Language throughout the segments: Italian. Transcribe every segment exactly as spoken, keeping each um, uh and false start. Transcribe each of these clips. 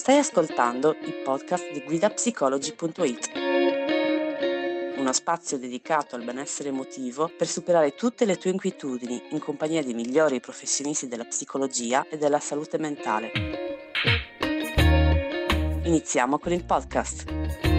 Stai ascoltando il podcast di guida psicologi punto it, uno spazio dedicato al benessere emotivo per superare tutte le tue inquietudini in compagnia dei migliori professionisti della psicologia e della salute mentale. Iniziamo con il podcast.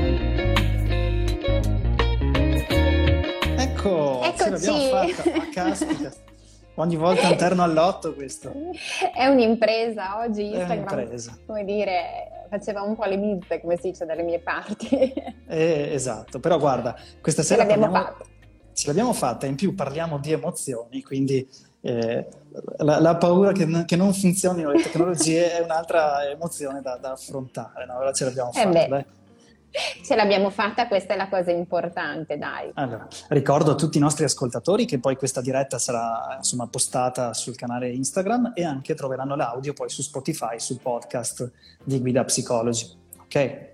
Ecco, Eccoci. ce l'abbiamo fatta. Ma caspita, ogni volta un terno all'otto questo. È un'impresa, oggi È Instagram, un'impresa. come dire, faceva un po' le bizze, come si dice dalle mie parti. Eh, esatto, però guarda, questa Ce sera l'abbiamo parliamo- fatta. ce l'abbiamo fatta, in più parliamo di emozioni, quindi eh, la, la paura che, n- che non funzionino le tecnologie è un'altra emozione da, da affrontare, no? Ora ce l'abbiamo Eh fatta, beh. dai. Ce l'abbiamo fatta, questa è la cosa importante, dai. Allora, ricordo a tutti i nostri ascoltatori che poi questa diretta sarà insomma postata sul canale Instagram e anche troveranno l'audio poi su Spotify, sul podcast di Guida Psicologi, ok?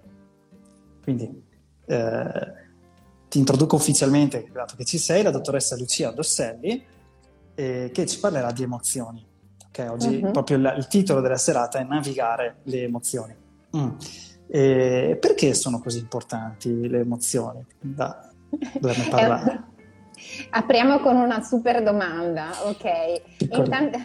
Quindi eh, ti introduco ufficialmente, dato che ci sei, la dottoressa Lucia Dosselli, eh, che ci parlerà di emozioni. Ok, oggi Mhm. proprio il, il titolo della serata è Navigare le emozioni. Mm. E perché sono così importanti le emozioni? Da, doverne parlare. Eh, Apriamo con una super domanda, ok? Piccoli. Intanto,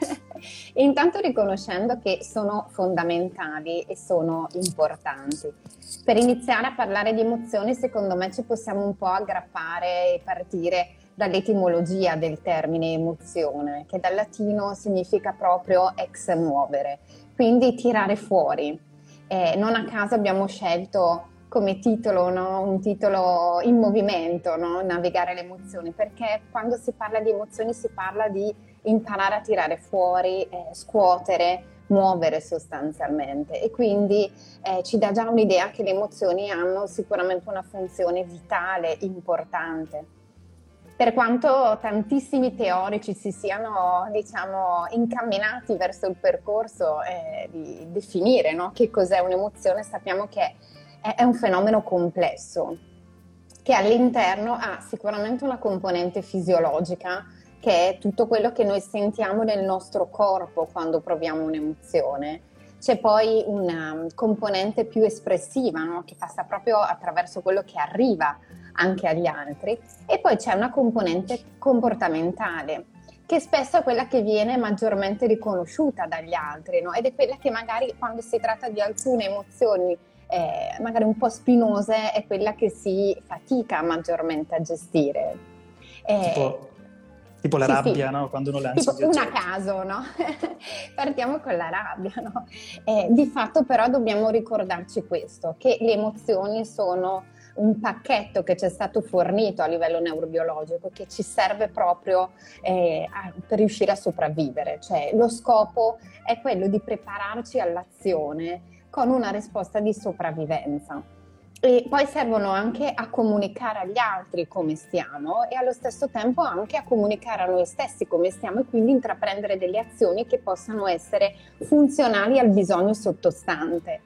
intanto riconoscendo che sono fondamentali e sono importanti. Per iniziare a parlare di emozioni, secondo me ci possiamo un po' aggrappare e partire dall'etimologia del termine emozione, che dal latino significa proprio ex muovere, quindi tirare fuori. Eh, non a caso abbiamo scelto come titolo, no? Un titolo in movimento, no? Navigare le emozioni, perché quando si parla di emozioni si parla di imparare a tirare fuori, eh, scuotere, muovere sostanzialmente, e quindi eh, ci dà già un'idea che le emozioni hanno sicuramente una funzione vitale, importante. Per quanto tantissimi teorici si siano, diciamo, incamminati verso il percorso eh, di definire, no, che cos'è un'emozione, sappiamo che è, è un fenomeno complesso, che all'interno ha sicuramente una componente fisiologica, che è tutto quello che noi sentiamo nel nostro corpo quando proviamo un'emozione. C'è poi una componente più espressiva, no, che passa proprio attraverso quello che arriva anche agli altri, e poi c'è una componente comportamentale che spesso è quella che viene maggiormente riconosciuta dagli altri, no? Ed è quella che magari quando si tratta di alcune emozioni eh, magari un po' spinose è quella che si fatica maggiormente a gestire. Eh, Tipo, tipo la sì, rabbia, sì. no? Quando uno lancia Tipo gli una oggetti. caso, no? Partiamo con la rabbia, no? Eh, di fatto però dobbiamo ricordarci questo, che le emozioni sono un pacchetto che ci è stato fornito a livello neurobiologico, che ci serve proprio eh, a, per riuscire a sopravvivere. Cioè, lo scopo è quello di prepararci all'azione con una risposta di sopravvivenza. E poi servono anche a comunicare agli altri come stiamo, e allo stesso tempo anche a comunicare a noi stessi come stiamo, e quindi intraprendere delle azioni che possano essere funzionali al bisogno sottostante.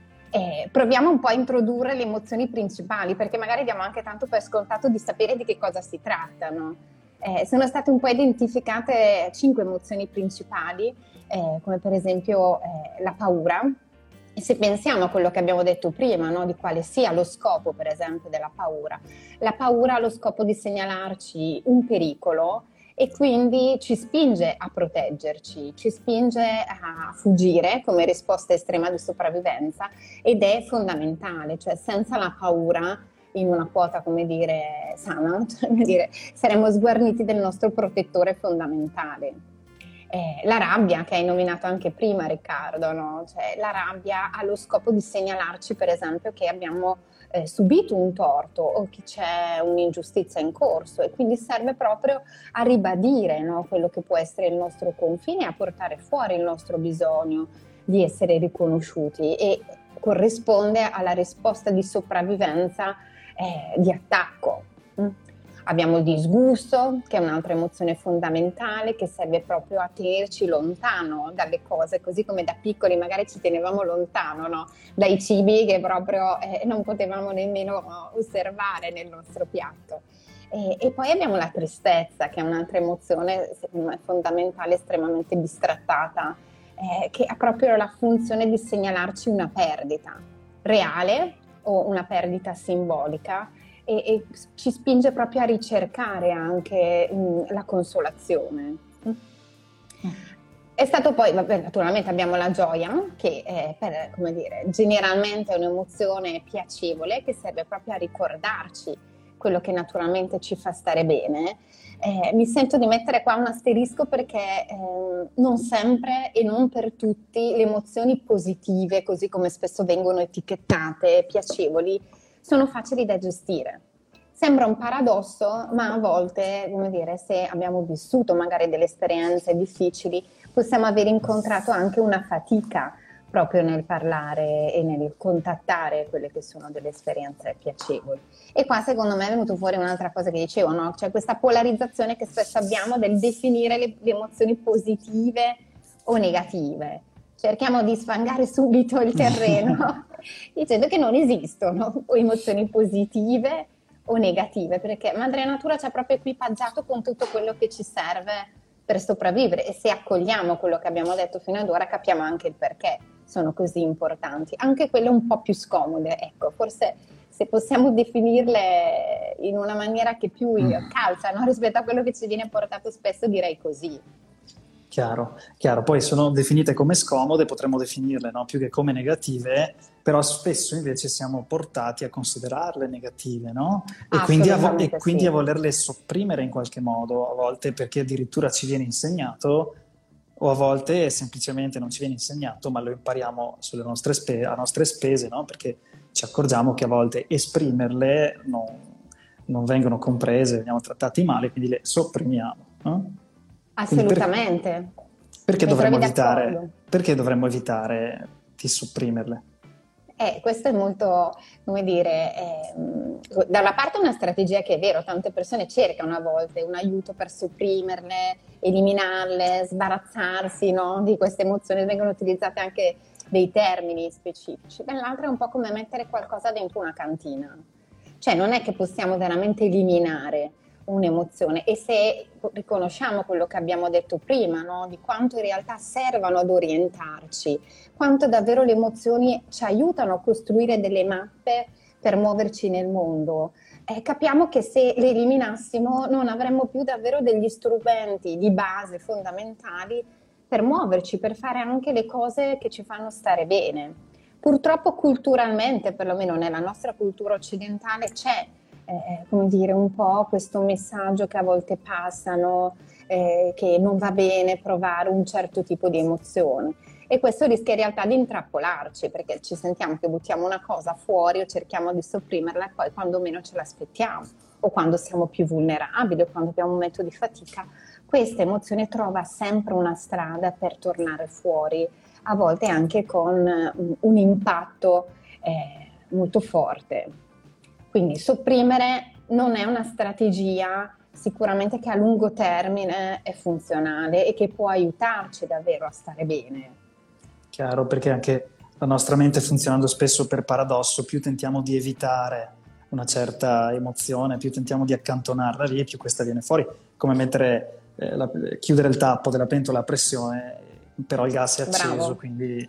Eh, proviamo un po' a introdurre le emozioni principali, perché magari diamo anche tanto per scontato di sapere di che cosa si tratta, no? Eh, sono state un po' identificate cinque emozioni principali, eh, come per esempio eh, la paura. E se pensiamo a quello che abbiamo detto prima, no, di quale sia lo scopo, per esempio, della paura, la paura ha lo scopo di segnalarci un pericolo e quindi ci spinge a proteggerci, ci spinge a fuggire come risposta estrema di sopravvivenza, ed è fondamentale, cioè senza la paura, in una quota, come dire, sana, cioè, come dire, saremmo sguarniti del nostro protettore fondamentale. Eh, la rabbia, che hai nominato anche prima, Riccardo, no? Cioè, la rabbia ha lo scopo di segnalarci, per esempio, che abbiamo eh, subito un torto o che c'è un'ingiustizia in corso, e quindi serve proprio a ribadire, no, quello che può essere il nostro confine, a portare fuori il nostro bisogno di essere riconosciuti, e corrisponde alla risposta di sopravvivenza eh, di attacco. Mm. Abbiamo il disgusto, che è un'altra emozione fondamentale, che serve proprio a tenerci lontano dalle cose, così come da piccoli magari ci tenevamo lontano, no? Dai cibi che proprio eh, non potevamo nemmeno osservare nel nostro piatto. E, e poi abbiamo la tristezza, che è un'altra emozione secondo me fondamentale, estremamente bistrattata eh, che ha proprio la funzione di segnalarci una perdita reale o una perdita simbolica e, e ci spinge proprio a ricercare anche mh, la consolazione. È stato poi, vabbè, naturalmente abbiamo la gioia, che è, per, come dire, generalmente è un'emozione piacevole che serve proprio a ricordarci quello che naturalmente ci fa stare bene. Eh, mi sento di mettere qua un asterisco perché eh, non sempre e non per tutti le emozioni positive, così come spesso vengono etichettate, piacevoli, sono facili da gestire. Sembra un paradosso, ma a volte, come dire, se abbiamo vissuto magari delle esperienze difficili, possiamo aver incontrato anche una fatica proprio nel parlare e nel contattare quelle che sono delle esperienze piacevoli. E qua secondo me è venuto fuori un'altra cosa che dicevo, no? Cioè questa polarizzazione che spesso abbiamo del definire le, le emozioni positive o negative. Cerchiamo di sfangare subito il terreno dicendo che non esistono o emozioni positive o negative, perché Madre Natura ci ha proprio equipaggiato con tutto quello che ci serve per sopravvivere, e se accogliamo quello che abbiamo detto fino ad ora capiamo anche il perché sono così importanti, anche quelle un po' più scomode, ecco, forse se possiamo definirle in una maniera che più calza, no? Rispetto a quello che ci viene portato spesso, direi così. Chiaro, chiaro, poi sono definite come scomode, potremmo definirle, no? Più che come negative, però spesso invece siamo portati a considerarle negative, no? E quindi, a, vo- e quindi sì. a volerle sopprimere in qualche modo, a volte perché addirittura ci viene insegnato, o a volte semplicemente non ci viene insegnato, ma lo impariamo sulle nostre spe- a nostre spese, no? Perché ci accorgiamo che a volte esprimerle non, non vengono comprese, veniamo trattati male, quindi le sopprimiamo, no? Assolutamente. Per, perché, dovremmo evitare, perché dovremmo evitare di sopprimerle? Eh, questo è molto, come dire, eh, da una parte una strategia che è vero, tante persone cercano a volte un aiuto per sopprimerle, eliminarle, sbarazzarsi, no, di queste emozioni, vengono utilizzati anche dei termini specifici. Dall'altra è un po' come mettere qualcosa dentro una cantina, cioè non è che possiamo veramente eliminare un'emozione, e se riconosciamo quello che abbiamo detto prima, no? Di quanto in realtà servano ad orientarci, quanto davvero le emozioni ci aiutano a costruire delle mappe per muoverci nel mondo, eh, capiamo che se le eliminassimo non avremmo più davvero degli strumenti di base fondamentali per muoverci, per fare anche le cose che ci fanno stare bene. Purtroppo culturalmente, perlomeno nella nostra cultura occidentale, c'è Eh, come dire, un po' questo messaggio che a volte passano, eh, che non va bene provare un certo tipo di emozione, e questo rischia in realtà di intrappolarci, perché ci sentiamo che buttiamo una cosa fuori o cerchiamo di sopprimerla e poi quando meno ce l'aspettiamo o quando siamo più vulnerabili o quando abbiamo un momento di fatica, questa emozione trova sempre una strada per tornare fuori, a volte anche con un, un impatto eh, molto forte. Quindi sopprimere non è una strategia sicuramente che a lungo termine è funzionale e che può aiutarci davvero a stare bene. Chiaro, perché anche la nostra mente, funzionando spesso per paradosso, più tentiamo di evitare una certa emozione, più tentiamo di accantonarla lì e più questa viene fuori, come mettere, eh, la, chiudere il tappo della pentola a pressione, però il gas è acceso, Bravo. quindi...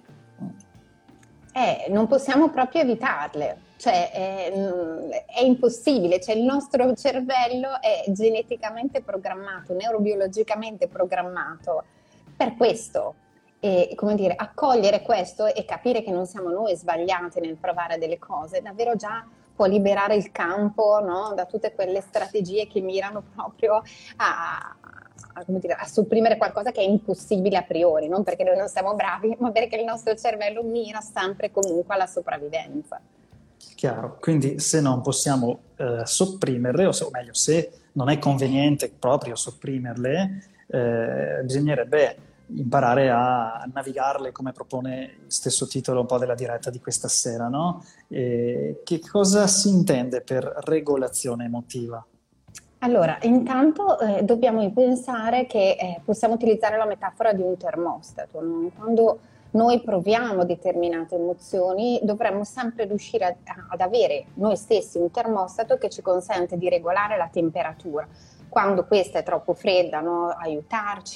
Eh, non possiamo proprio evitarle, cioè è, è impossibile, cioè il nostro cervello è geneticamente programmato, neurobiologicamente programmato per questo, e come dire, accogliere questo e capire che non siamo noi sbagliati nel provare delle cose, davvero già può liberare il campo, no? Da tutte quelle strategie che mirano proprio a... A, come dire, a sopprimere qualcosa che è impossibile a priori, non perché noi non siamo bravi, ma perché il nostro cervello mira sempre comunque alla sopravvivenza. Chiaro, quindi se non possiamo eh, sopprimerle, o, se, o meglio, se non è conveniente proprio sopprimerle, eh, bisognerebbe imparare a navigarle, come propone il stesso titolo un po' della diretta di questa sera, no? E che cosa si intende per regolazione emotiva? Allora, intanto eh, dobbiamo pensare che eh, possiamo utilizzare la metafora di un termostato, no? Quando noi proviamo determinate emozioni, dovremmo sempre riuscire a, ad avere noi stessi un termostato che ci consente di regolare la temperatura. Quando questa è troppo fredda, no? Aiutarci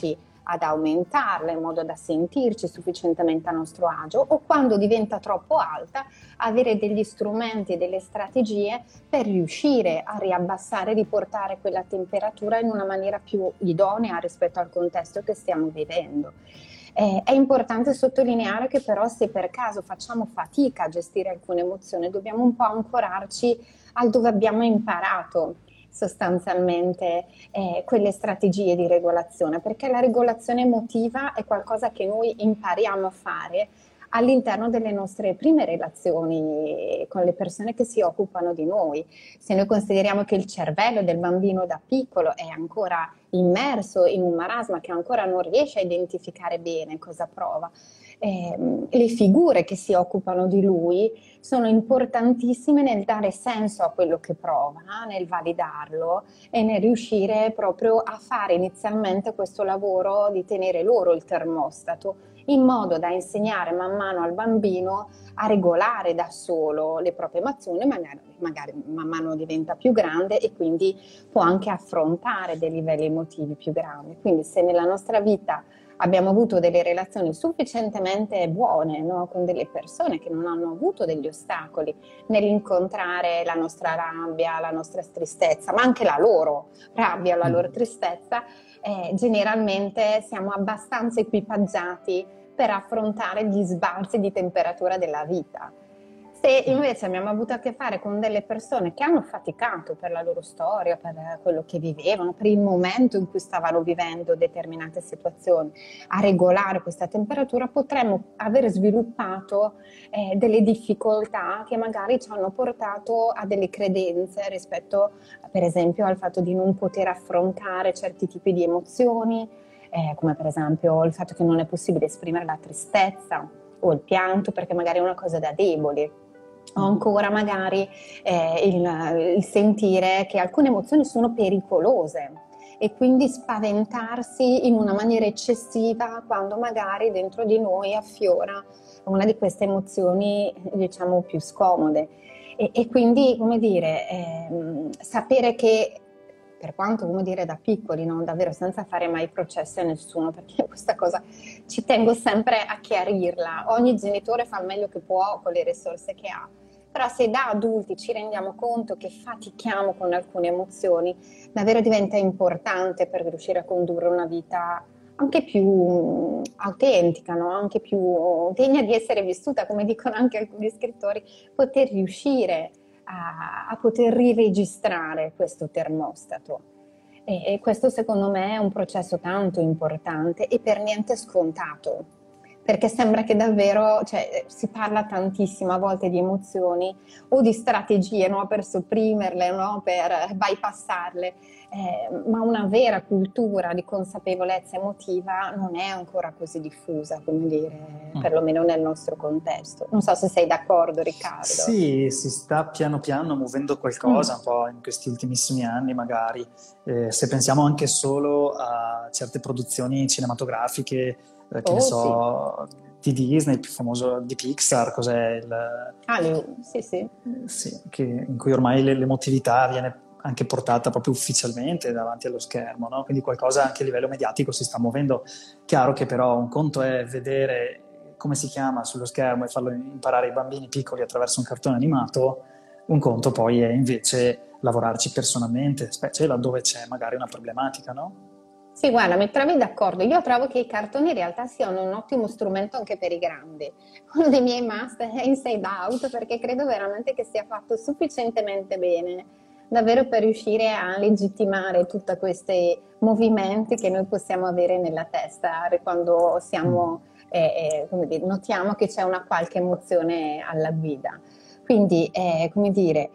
ad aumentarla in modo da sentirci sufficientemente a nostro agio, o quando diventa troppo alta avere degli strumenti e delle strategie per riuscire a riabbassare, riportare quella temperatura in una maniera più idonea rispetto al contesto che stiamo vivendo. Eh, è importante sottolineare che però se per caso facciamo fatica a gestire alcune emozioni, dobbiamo un po' ancorarci al dove abbiamo imparato sostanzialmente eh, quelle strategie di regolazione, perché la regolazione emotiva è qualcosa che noi impariamo a fare all'interno delle nostre prime relazioni con le persone che si occupano di noi. Se noi consideriamo che il cervello del bambino da piccolo è ancora immerso in un marasma che ancora non riesce a identificare bene cosa prova, eh, le figure che si occupano di lui sono importantissime nel dare senso a quello che prova, nel validarlo e nel riuscire proprio a fare inizialmente questo lavoro di tenere loro il termostato, in modo da insegnare man mano al bambino a regolare da solo le proprie emozioni, magari, magari man mano diventa più grande e quindi può anche affrontare dei livelli emotivi più grandi. Quindi se nella nostra vita abbiamo avuto delle relazioni sufficientemente buone, no? Con delle persone che non hanno avuto degli ostacoli nell'incontrare la nostra rabbia, la nostra tristezza, ma anche la loro rabbia, la loro tristezza, eh, generalmente siamo abbastanza equipaggiati per affrontare gli sbalzi di temperatura della vita. Se invece abbiamo avuto a che fare con delle persone che hanno faticato per la loro storia, per quello che vivevano, per il momento in cui stavano vivendo determinate situazioni, a regolare questa temperatura, potremmo aver sviluppato eh, delle difficoltà che magari ci hanno portato a delle credenze rispetto, per esempio, al fatto di non poter affrontare certi tipi di emozioni, eh, come per esempio il fatto che non è possibile esprimere la tristezza o il pianto perché magari è una cosa da deboli. O ancora magari eh, il, il sentire che alcune emozioni sono pericolose e quindi spaventarsi in una maniera eccessiva quando magari dentro di noi affiora una di queste emozioni, diciamo, più scomode. E, e quindi, come dire, eh, sapere che, per quanto, come dire, da piccoli, no? Davvero senza fare mai processi a nessuno, perché questa cosa ci tengo sempre a chiarirla. Ogni genitore fa il meglio che può con le risorse che ha. Però se da adulti ci rendiamo conto che fatichiamo con alcune emozioni, davvero diventa importante per riuscire a condurre una vita anche più autentica, no? Anche più degna di essere vissuta, come dicono anche alcuni scrittori, poter riuscire a, a poter riregistrare questo termostato. E, e questo secondo me è un processo tanto importante e per niente scontato. Perché sembra che davvero, cioè, si parla tantissimo a volte di emozioni o di strategie, no? Per sopprimerle, no? Per bypassarle, eh, ma una vera cultura di consapevolezza emotiva non è ancora così diffusa, come dire, mm. perlomeno nel nostro contesto. Non so se sei d'accordo, Riccardo. Sì, si sta piano piano muovendo qualcosa mm. un po' in questi ultimissimi anni magari. Eh, se pensiamo anche solo a certe produzioni cinematografiche, che oh, ne so, sì. di Disney, il più famoso di Pixar, cos'è il... Ah, le... sì, sì. Sì, che, in cui ormai l'emotività viene anche portata proprio ufficialmente davanti allo schermo, no? Quindi qualcosa anche a livello mediatico si sta muovendo. Chiaro che però un conto è vedere come si chiama sullo schermo e farlo imparare ai bambini piccoli attraverso un cartone animato, un conto poi è invece lavorarci personalmente, specie laddove c'è magari una problematica, no? Sì, guarda, mi trovi d'accordo. Io trovo che i cartoni in realtà siano un ottimo strumento anche per i grandi. Uno dei miei must è Inside Out, perché credo veramente che sia fatto sufficientemente bene, davvero per riuscire a legittimare tutti questi movimenti che noi possiamo avere nella testa quando siamo, eh, eh, come dire, notiamo che c'è una qualche emozione alla guida. Quindi, eh, come dire,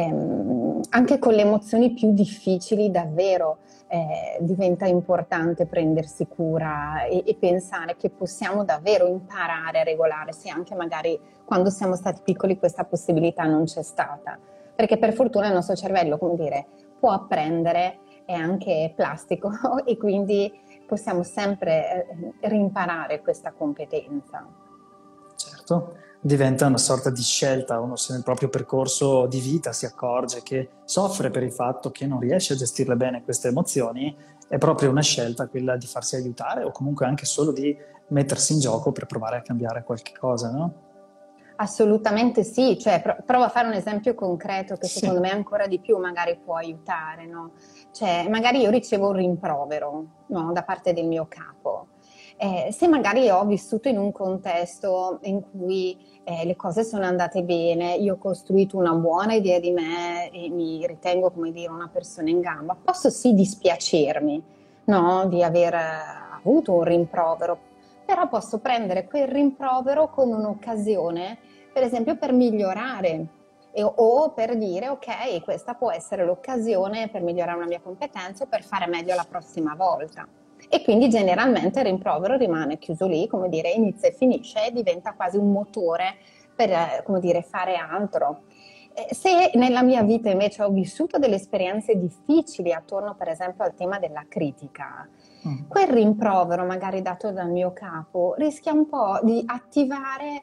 ehm, anche con le emozioni più difficili davvero eh, diventa importante prendersi cura e, e pensare che possiamo davvero imparare a regolare, se anche magari quando siamo stati piccoli questa possibilità non c'è stata. Perché per fortuna il nostro cervello, come dire, può apprendere, è anche plastico e quindi possiamo sempre eh, rimparare questa competenza. Certo. certo, diventa una sorta di scelta. Uno, se nel proprio percorso di vita si accorge che soffre per il fatto che non riesce a gestirle bene queste emozioni, è proprio una scelta quella di farsi aiutare o comunque anche solo di mettersi in gioco per provare a cambiare qualche cosa, no? Assolutamente sì, cioè pro- provo a fare un esempio concreto che Sì. secondo me ancora di più magari può aiutare, no? Cioè magari io ricevo un rimprovero, no, da parte del mio capo. Eh, se magari ho vissuto in un contesto in cui eh, le cose sono andate bene, io ho costruito una buona idea di me e mi ritengo, come dire, una persona in gamba, posso sì dispiacermi, no, di aver eh, avuto un rimprovero, però posso prendere quel rimprovero come un'occasione, per esempio, per migliorare e, o per dire ok, questa può essere l'occasione per migliorare una mia competenza o per fare meglio la prossima volta. E quindi generalmente il rimprovero rimane chiuso lì, come dire, inizia e finisce e diventa quasi un motore per, eh, come dire, fare altro. Eh, Se nella mia vita invece ho vissuto delle esperienze difficili attorno per esempio al tema della critica, Mm. quel rimprovero magari dato dal mio capo rischia un po' di attivare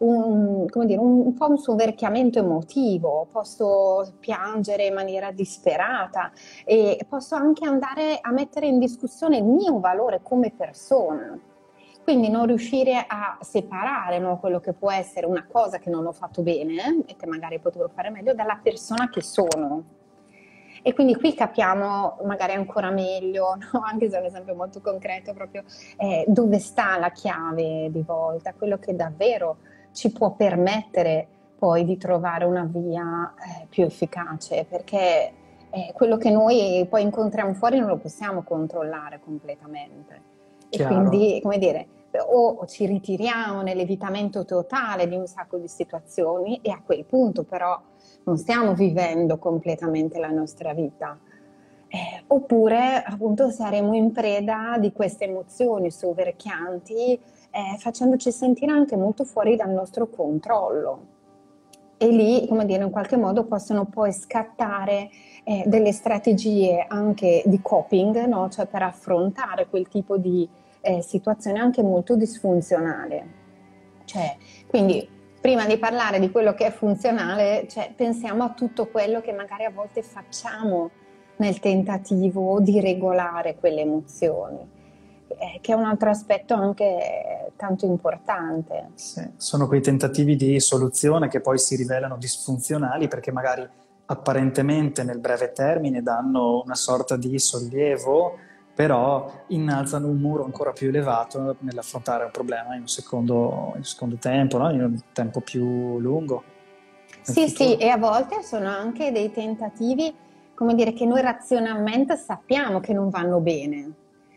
un, come dire, un, un po' un soverchiamento emotivo, posso piangere in maniera disperata e posso anche andare a mettere in discussione il mio valore come persona. Quindi non riuscire a separare, no, quello che può essere una cosa che non ho fatto bene e che magari potevo fare meglio dalla persona che sono. E quindi qui capiamo magari ancora meglio, no? Anche se è un esempio molto concreto, proprio eh, dove sta la chiave di volta, quello che davvero ci può permettere poi di trovare una via eh, più efficace, perché eh, quello che noi poi incontriamo fuori non lo possiamo controllare completamente. E Chiaro. quindi, come dire, o ci ritiriamo nell'evitamento totale di un sacco di situazioni e a quel punto però non stiamo vivendo completamente la nostra vita. Eh, oppure appunto saremo in preda di queste emozioni soverchianti, eh, facendoci sentire anche molto fuori dal nostro controllo. E lì, come dire, in qualche modo possono poi scattare eh, delle strategie anche di coping, no? Cioè per affrontare quel tipo di eh, situazione anche molto disfunzionale. Cioè, quindi prima di parlare di quello che è funzionale, cioè, pensiamo a tutto quello che magari a volte facciamo nel tentativo di regolare quelle emozioni, eh, che è un altro aspetto anche tanto importante. Sì, sono quei tentativi di soluzione che poi si rivelano disfunzionali perché magari apparentemente nel breve termine danno una sorta di sollievo, però innalzano un muro ancora più elevato nell'affrontare un problema in un secondo, in un secondo tempo, no? In un tempo più lungo. nel Sì, sì, futuro. e a volte sono anche dei tentativi, come dire, che noi razionalmente sappiamo che non vanno bene.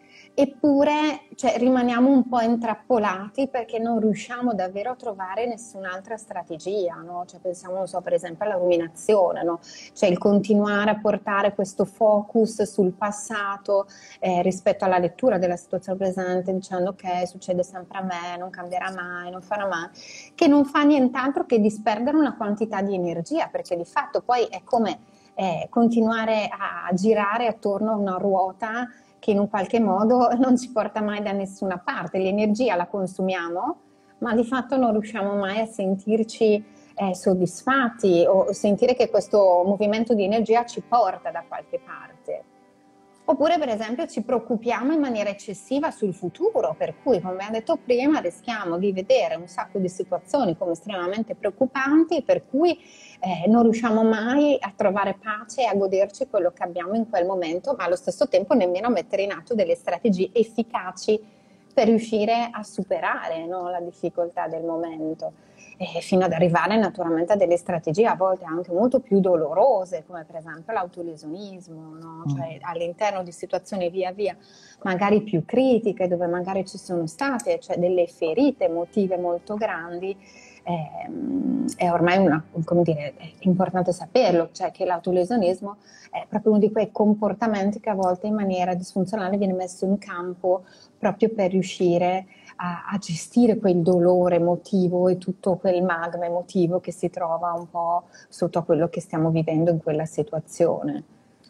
Eppure, cioè, rimaniamo un po' intrappolati perché non riusciamo davvero a trovare nessun'altra strategia, no? Cioè, pensiamo, non so, per esempio alla ruminazione, no? Cioè il continuare a portare questo focus sul passato eh, rispetto alla lettura della situazione presente, dicendo ok, succede sempre a me, non cambierà mai, non farà mai, che non fa nient'altro che disperdere una quantità di energia, perché di fatto poi è come eh, continuare a girare attorno a una ruota che in un qualche modo non ci porta mai da nessuna parte. L'energia la consumiamo, ma di fatto non riusciamo mai a sentirci eh, soddisfatti o sentire che questo movimento di energia ci porta da qualche parte. Oppure, per esempio, ci preoccupiamo in maniera eccessiva sul futuro, per cui, come abbiamo detto prima, rischiamo di vedere un sacco di situazioni come estremamente preoccupanti, per cui eh, non riusciamo mai a trovare pace e a goderci quello che abbiamo in quel momento, ma allo stesso tempo nemmeno a mettere in atto delle strategie efficaci per riuscire a superare, no, la difficoltà del momento. E fino ad arrivare naturalmente a delle strategie a volte anche molto più dolorose, come per esempio l'autolesionismo, no? Cioè all'interno di situazioni via via magari più critiche, dove magari ci sono state, cioè, delle ferite emotive molto grandi. Eh, è ormai una, come dire, è importante saperlo, cioè che l'autolesionismo è proprio uno di quei comportamenti che a volte in maniera disfunzionale viene messo in campo proprio per riuscire a, a gestire quel dolore emotivo e tutto quel magma emotivo che si trova un po' sotto a quello che stiamo vivendo in quella situazione.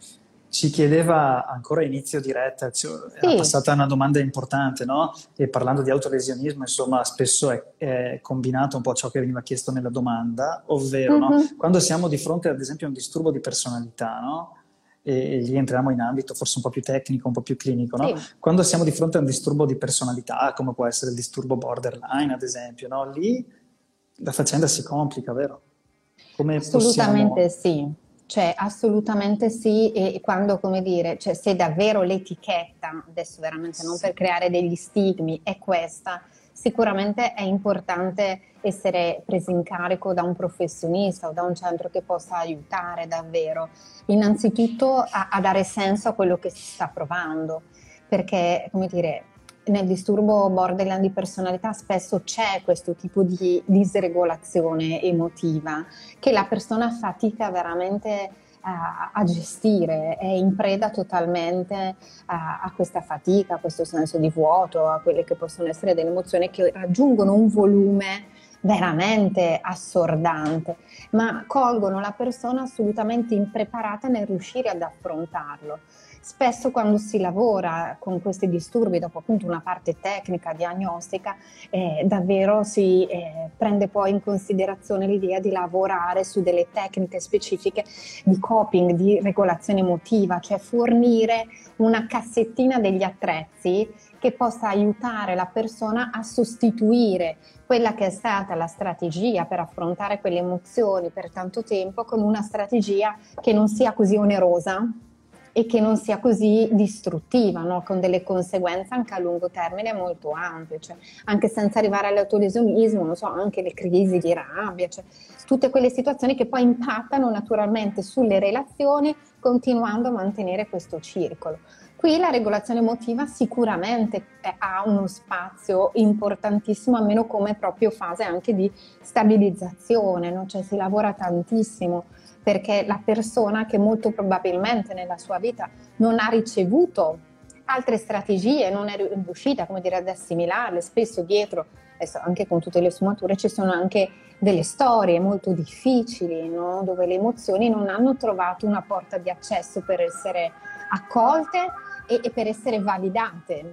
Ci chiedeva ancora a inizio diretta, cioè, era Sì. passata una domanda importante, no? E parlando di autolesionismo, insomma, spesso è, è combinato un po' ciò che veniva chiesto nella domanda, ovvero, no? Mhm. Quando siamo di fronte, ad esempio, a un disturbo di personalità, no? E, e lì entriamo in ambito forse un po' più tecnico, un po' più clinico, no? Sì. Quando siamo di fronte a un disturbo di personalità, come può essere il disturbo borderline, ad esempio, no? Lì la faccenda si complica, vero? Come Assolutamente possiamo... sì, cioè assolutamente sì, e quando, come dire, cioè se davvero l'etichetta, adesso veramente non per creare degli stigmi, è questa, sicuramente è importante essere presi in carico da un professionista o da un centro che possa aiutare davvero, innanzitutto a, a dare senso a quello che si sta provando, perché, come dire, nel disturbo borderline di personalità spesso c'è questo tipo di disregolazione emotiva che la persona fatica veramente a, a gestire, è in preda totalmente a, a questa fatica, a questo senso di vuoto, a quelle che possono essere delle emozioni che raggiungono un volume veramente assordante, ma colgono la persona assolutamente impreparata nel riuscire ad affrontarlo. Spesso quando si lavora con questi disturbi, dopo appunto una parte tecnica, diagnostica, eh, davvero si eh, prende poi in considerazione l'idea di lavorare su delle tecniche specifiche di coping, di regolazione emotiva, cioè fornire una cassettina degli attrezzi che possa aiutare la persona a sostituire quella che è stata la strategia per affrontare quelle emozioni per tanto tempo con una strategia che non sia così onerosa e che non sia così distruttiva, no? Con delle conseguenze anche a lungo termine molto ampie, cioè anche senza arrivare all'autolesionismo, non so, anche le crisi di rabbia, cioè tutte quelle situazioni che poi impattano naturalmente sulle relazioni, continuando a mantenere questo circolo. Qui la regolazione emotiva sicuramente ha uno spazio importantissimo, almeno come proprio fase anche di stabilizzazione, no? Cioè si lavora tantissimo perché la persona che molto probabilmente nella sua vita non ha ricevuto altre strategie, non è riuscita, come dire, ad assimilarle, spesso dietro, adesso anche con tutte le sfumature, ci sono anche delle storie molto difficili, no? Dove le emozioni non hanno trovato una porta di accesso per essere accolte e, e per essere validate.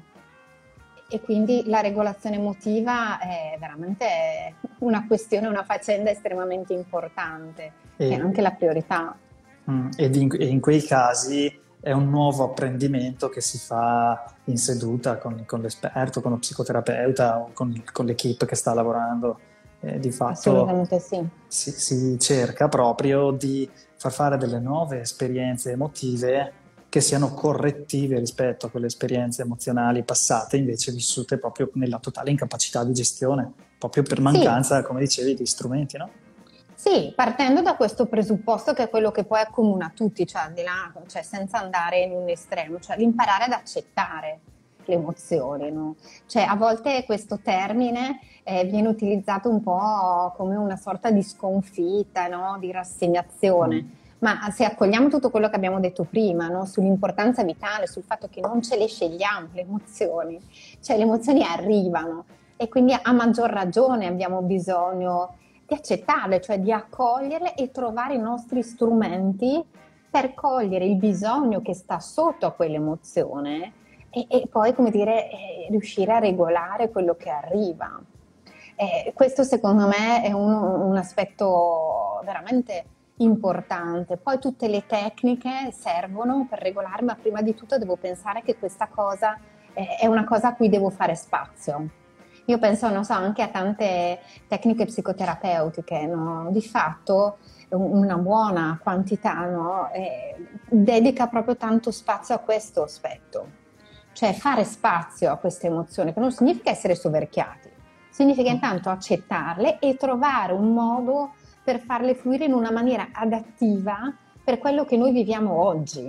E quindi la regolazione emotiva è veramente una questione, una faccenda estremamente importante, E, che è anche la priorità. mm, ed in, e in quei casi è un nuovo apprendimento che si fa in seduta con, con l'esperto, con lo psicoterapeuta o con, con l'equipe che sta lavorando. Eh, di fatto Assolutamente sì. si, si cerca proprio di far fare delle nuove esperienze emotive che siano correttive rispetto a quelle esperienze emozionali passate, invece vissute proprio nella totale incapacità di gestione, proprio per mancanza, Sì. come dicevi, di strumenti, no? Sì, partendo da questo presupposto che è quello che poi accomuna tutti, cioè al di là, cioè senza andare in un estremo, cioè l'imparare ad accettare le emozioni, no? Cioè a volte questo termine eh, viene utilizzato un po' come una sorta di sconfitta, no? Di rassegnazione. Mm. Ma se accogliamo tutto quello che abbiamo detto prima, no? Sull'importanza vitale, sul fatto che non ce le scegliamo le emozioni, cioè le emozioni arrivano e quindi a maggior ragione abbiamo bisogno di accettarle, cioè di accoglierle e trovare i nostri strumenti per cogliere il bisogno che sta sotto a quell'emozione e, e poi, come dire, eh, riuscire a regolare quello che arriva. Eh, questo secondo me è un, un aspetto veramente importante. Poi tutte le tecniche servono per regolare, ma prima di tutto devo pensare che questa cosa eh, è una cosa a cui devo fare spazio. Io penso, non so, anche a tante tecniche psicoterapeutiche, no? Di fatto una buona quantità, no? eh, dedica proprio tanto spazio a questo aspetto. Cioè fare spazio a queste emozioni, che non significa essere soverchiati, significa intanto accettarle e trovare un modo per farle fluire in una maniera adattiva per quello che noi viviamo oggi.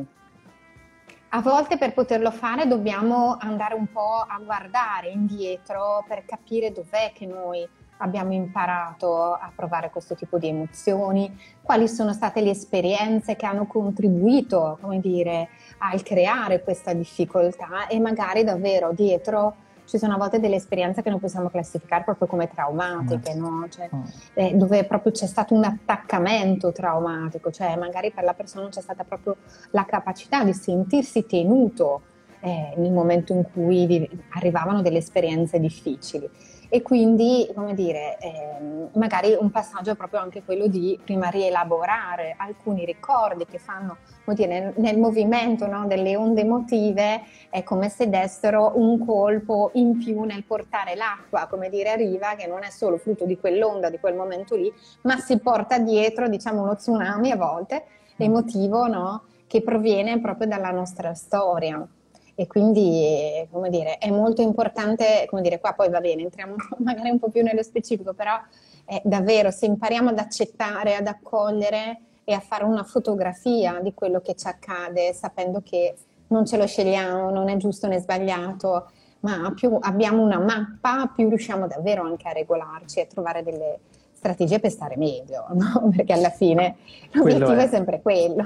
A volte per poterlo fare dobbiamo andare un po' a guardare indietro per capire dov'è che noi abbiamo imparato a provare questo tipo di emozioni, quali sono state le esperienze che hanno contribuito, come dire, al creare questa difficoltà e magari davvero dietro ci sono a volte delle esperienze che noi possiamo classificare proprio come traumatiche, no? Cioè, eh, dove proprio c'è stato un attaccamento traumatico, cioè magari per la persona non c'è stata proprio la capacità di sentirsi tenuto eh, nel momento in cui arrivavano delle esperienze difficili. E quindi, come dire, eh, magari un passaggio è proprio anche quello di prima rielaborare alcuni ricordi che fanno, come dire, nel, nel movimento, no, delle onde emotive, è come se dessero un colpo in più nel portare l'acqua, come dire, a riva, che non è solo frutto di quell'onda, di quel momento lì, ma si porta dietro, diciamo, uno tsunami a volte emotivo, no, che proviene proprio dalla nostra storia. E quindi, come dire, è molto importante, come dire, qua poi va bene, entriamo magari un po' più nello specifico, però è davvero, se impariamo ad accettare, ad accogliere e a fare una fotografia di quello che ci accade, sapendo che non ce lo scegliamo, non è giusto né sbagliato, ma più abbiamo una mappa, più riusciamo davvero anche a regolarci e a trovare delle strategie per stare meglio, no? Perché alla fine l'obiettivo è. è sempre quello.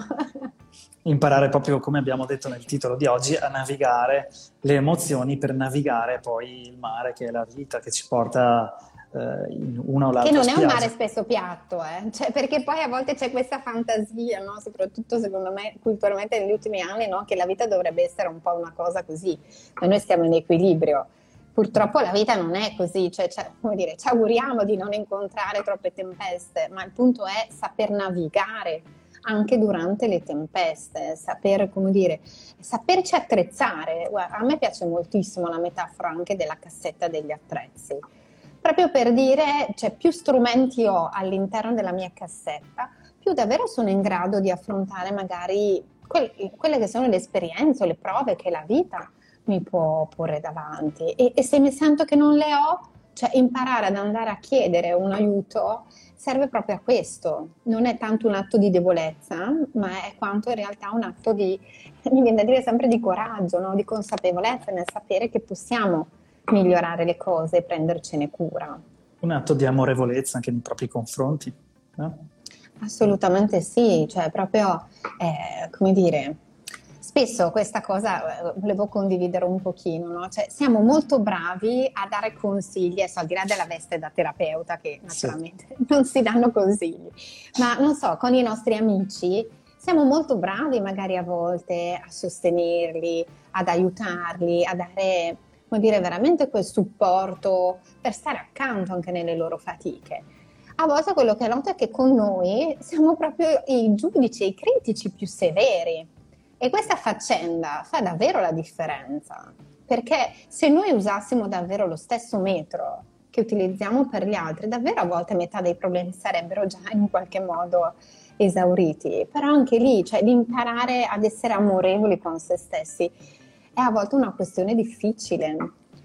Imparare proprio, come abbiamo detto nel titolo di oggi, a navigare le emozioni per navigare poi il mare, che è la vita, che ci porta eh, in una o l'altra Che non spiaggia. è un mare spesso piatto, eh? Cioè, perché poi a volte c'è questa fantasia, no? Soprattutto secondo me culturalmente negli ultimi anni, no? Che la vita dovrebbe essere un po' una cosa così, ma noi stiamo in equilibrio. Purtroppo la vita non è così, cioè, cioè, come dire, ci auguriamo di non incontrare troppe tempeste, ma il punto è saper navigare anche durante le tempeste, saper, come dire, saperci attrezzare. Guarda, a me piace moltissimo la metafora anche della cassetta degli attrezzi, proprio per dire, cioè, più strumenti ho all'interno della mia cassetta, più davvero sono in grado di affrontare magari que- quelle che sono le esperienze o le prove che la vita mi può porre davanti. E, e se mi sento che non le ho, cioè imparare ad andare a chiedere un aiuto serve proprio a questo. Non è tanto un atto di debolezza, ma è quanto in realtà un atto di, mi viene da dire sempre di coraggio, no? Di consapevolezza nel sapere che possiamo migliorare le cose e prendercene cura. Un atto di amorevolezza anche nei propri confronti, no? Assolutamente sì, cioè proprio, eh, come dire, spesso questa cosa volevo condividere un pochino, no? Cioè, siamo molto bravi a dare consigli, adesso al di là della veste da terapeuta, che naturalmente sì, non si danno consigli, ma non so, con i nostri amici siamo molto bravi magari a volte a sostenerli, ad aiutarli, a dare, come dire, veramente quel supporto per stare accanto anche nelle loro fatiche. A volte quello che noto è che con noi siamo proprio i giudici, i critici più severi. E questa faccenda fa davvero la differenza, perché se noi usassimo davvero lo stesso metro che utilizziamo per gli altri, davvero a volte metà dei problemi sarebbero già in un qualche modo esauriti. Però anche lì, cioè, di imparare ad essere amorevoli con se stessi è a volte una questione difficile.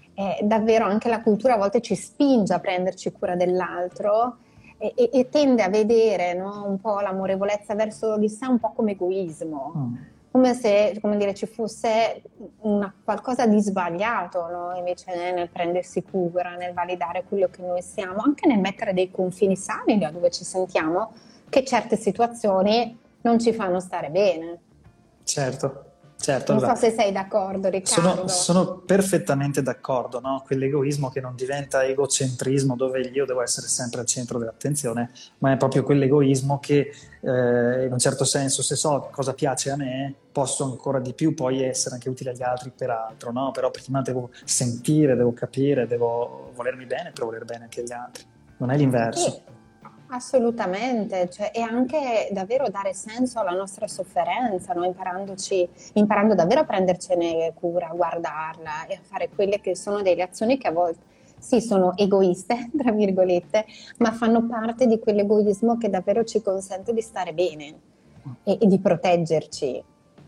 È davvero anche la cultura a volte ci spinge a prenderci cura dell'altro e, e, e tende a vedere, no, un po' l'amorevolezza verso di sé un po' come egoismo. Mm. Come se, come dire, ci fosse una, qualcosa di sbagliato, no? Invece nel prendersi cura, nel validare quello che noi siamo, anche nel mettere dei confini sani da dove ci sentiamo che certe situazioni non ci fanno stare bene. Certo, certo. Non allora, so se sei d'accordo, Riccardo. Sono, sono perfettamente d'accordo, no? Quell'egoismo che non diventa egocentrismo dove io devo essere sempre al centro dell'attenzione, ma è proprio quell'egoismo che eh, in un certo senso, se so cosa piace a me, posso ancora di più poi essere anche utile agli altri per altro, no? Però prima devo sentire, devo capire, devo volermi bene per voler bene anche agli altri. Non è l'inverso. Sì. Assolutamente, cioè, e anche davvero dare senso alla nostra sofferenza, no? Imparandoci, imparando davvero a prendercene cura, a guardarla e a fare quelle che sono delle azioni che a volte sì sono egoiste, tra virgolette, ma fanno parte di quell'egoismo che davvero ci consente di stare bene e, e di proteggerci.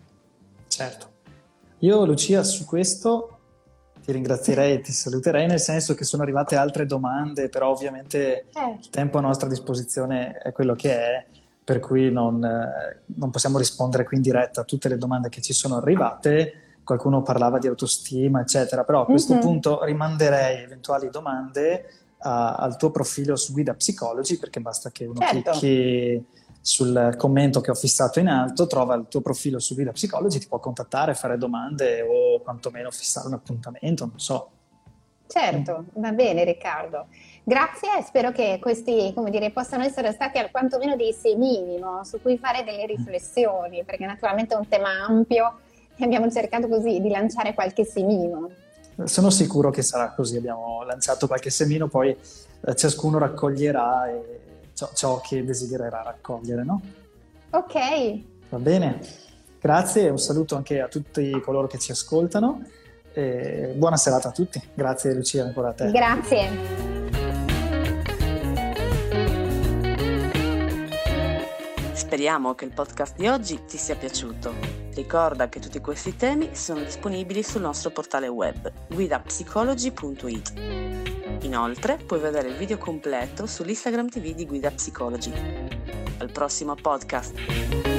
Certo. Io, Lucia, su questo ti ringrazierei e ti saluterei, nel senso che sono arrivate altre domande, però ovviamente eh. il tempo a nostra disposizione è quello che è, per cui non, eh, non possiamo rispondere qui in diretta a tutte le domande che ci sono arrivate. Qualcuno parlava di autostima, eccetera, però a questo mm-hmm. punto rimanderei eventuali domande a, al tuo profilo su Guida Psychology, perché basta che uno certo. clicchi sul commento che ho fissato in alto, trova il tuo profilo su Guida Psychology, ti può contattare, fare domande o quantomeno fissare un appuntamento, non so. Certo, va bene Riccardo. Grazie, spero che questi, come dire, possano essere stati quantomeno dei semini, no? Su cui fare delle riflessioni, perché naturalmente è un tema ampio e abbiamo cercato così di lanciare qualche semino. Sono sicuro che sarà così, abbiamo lanciato qualche semino, poi eh, ciascuno raccoglierà e ciò, ciò che desidererà raccogliere, no? Ok. Va bene, grazie e un saluto anche a tutti coloro che ci ascoltano. E buona serata a tutti. Grazie Lucia ancora a te. Grazie. Speriamo che il podcast di oggi ti sia piaciuto. Ricorda che tutti questi temi sono disponibili sul nostro portale web guida psicologi punto it. Inoltre puoi vedere il video completo sull'Instagram T V di Guida Psicologi. Al prossimo podcast!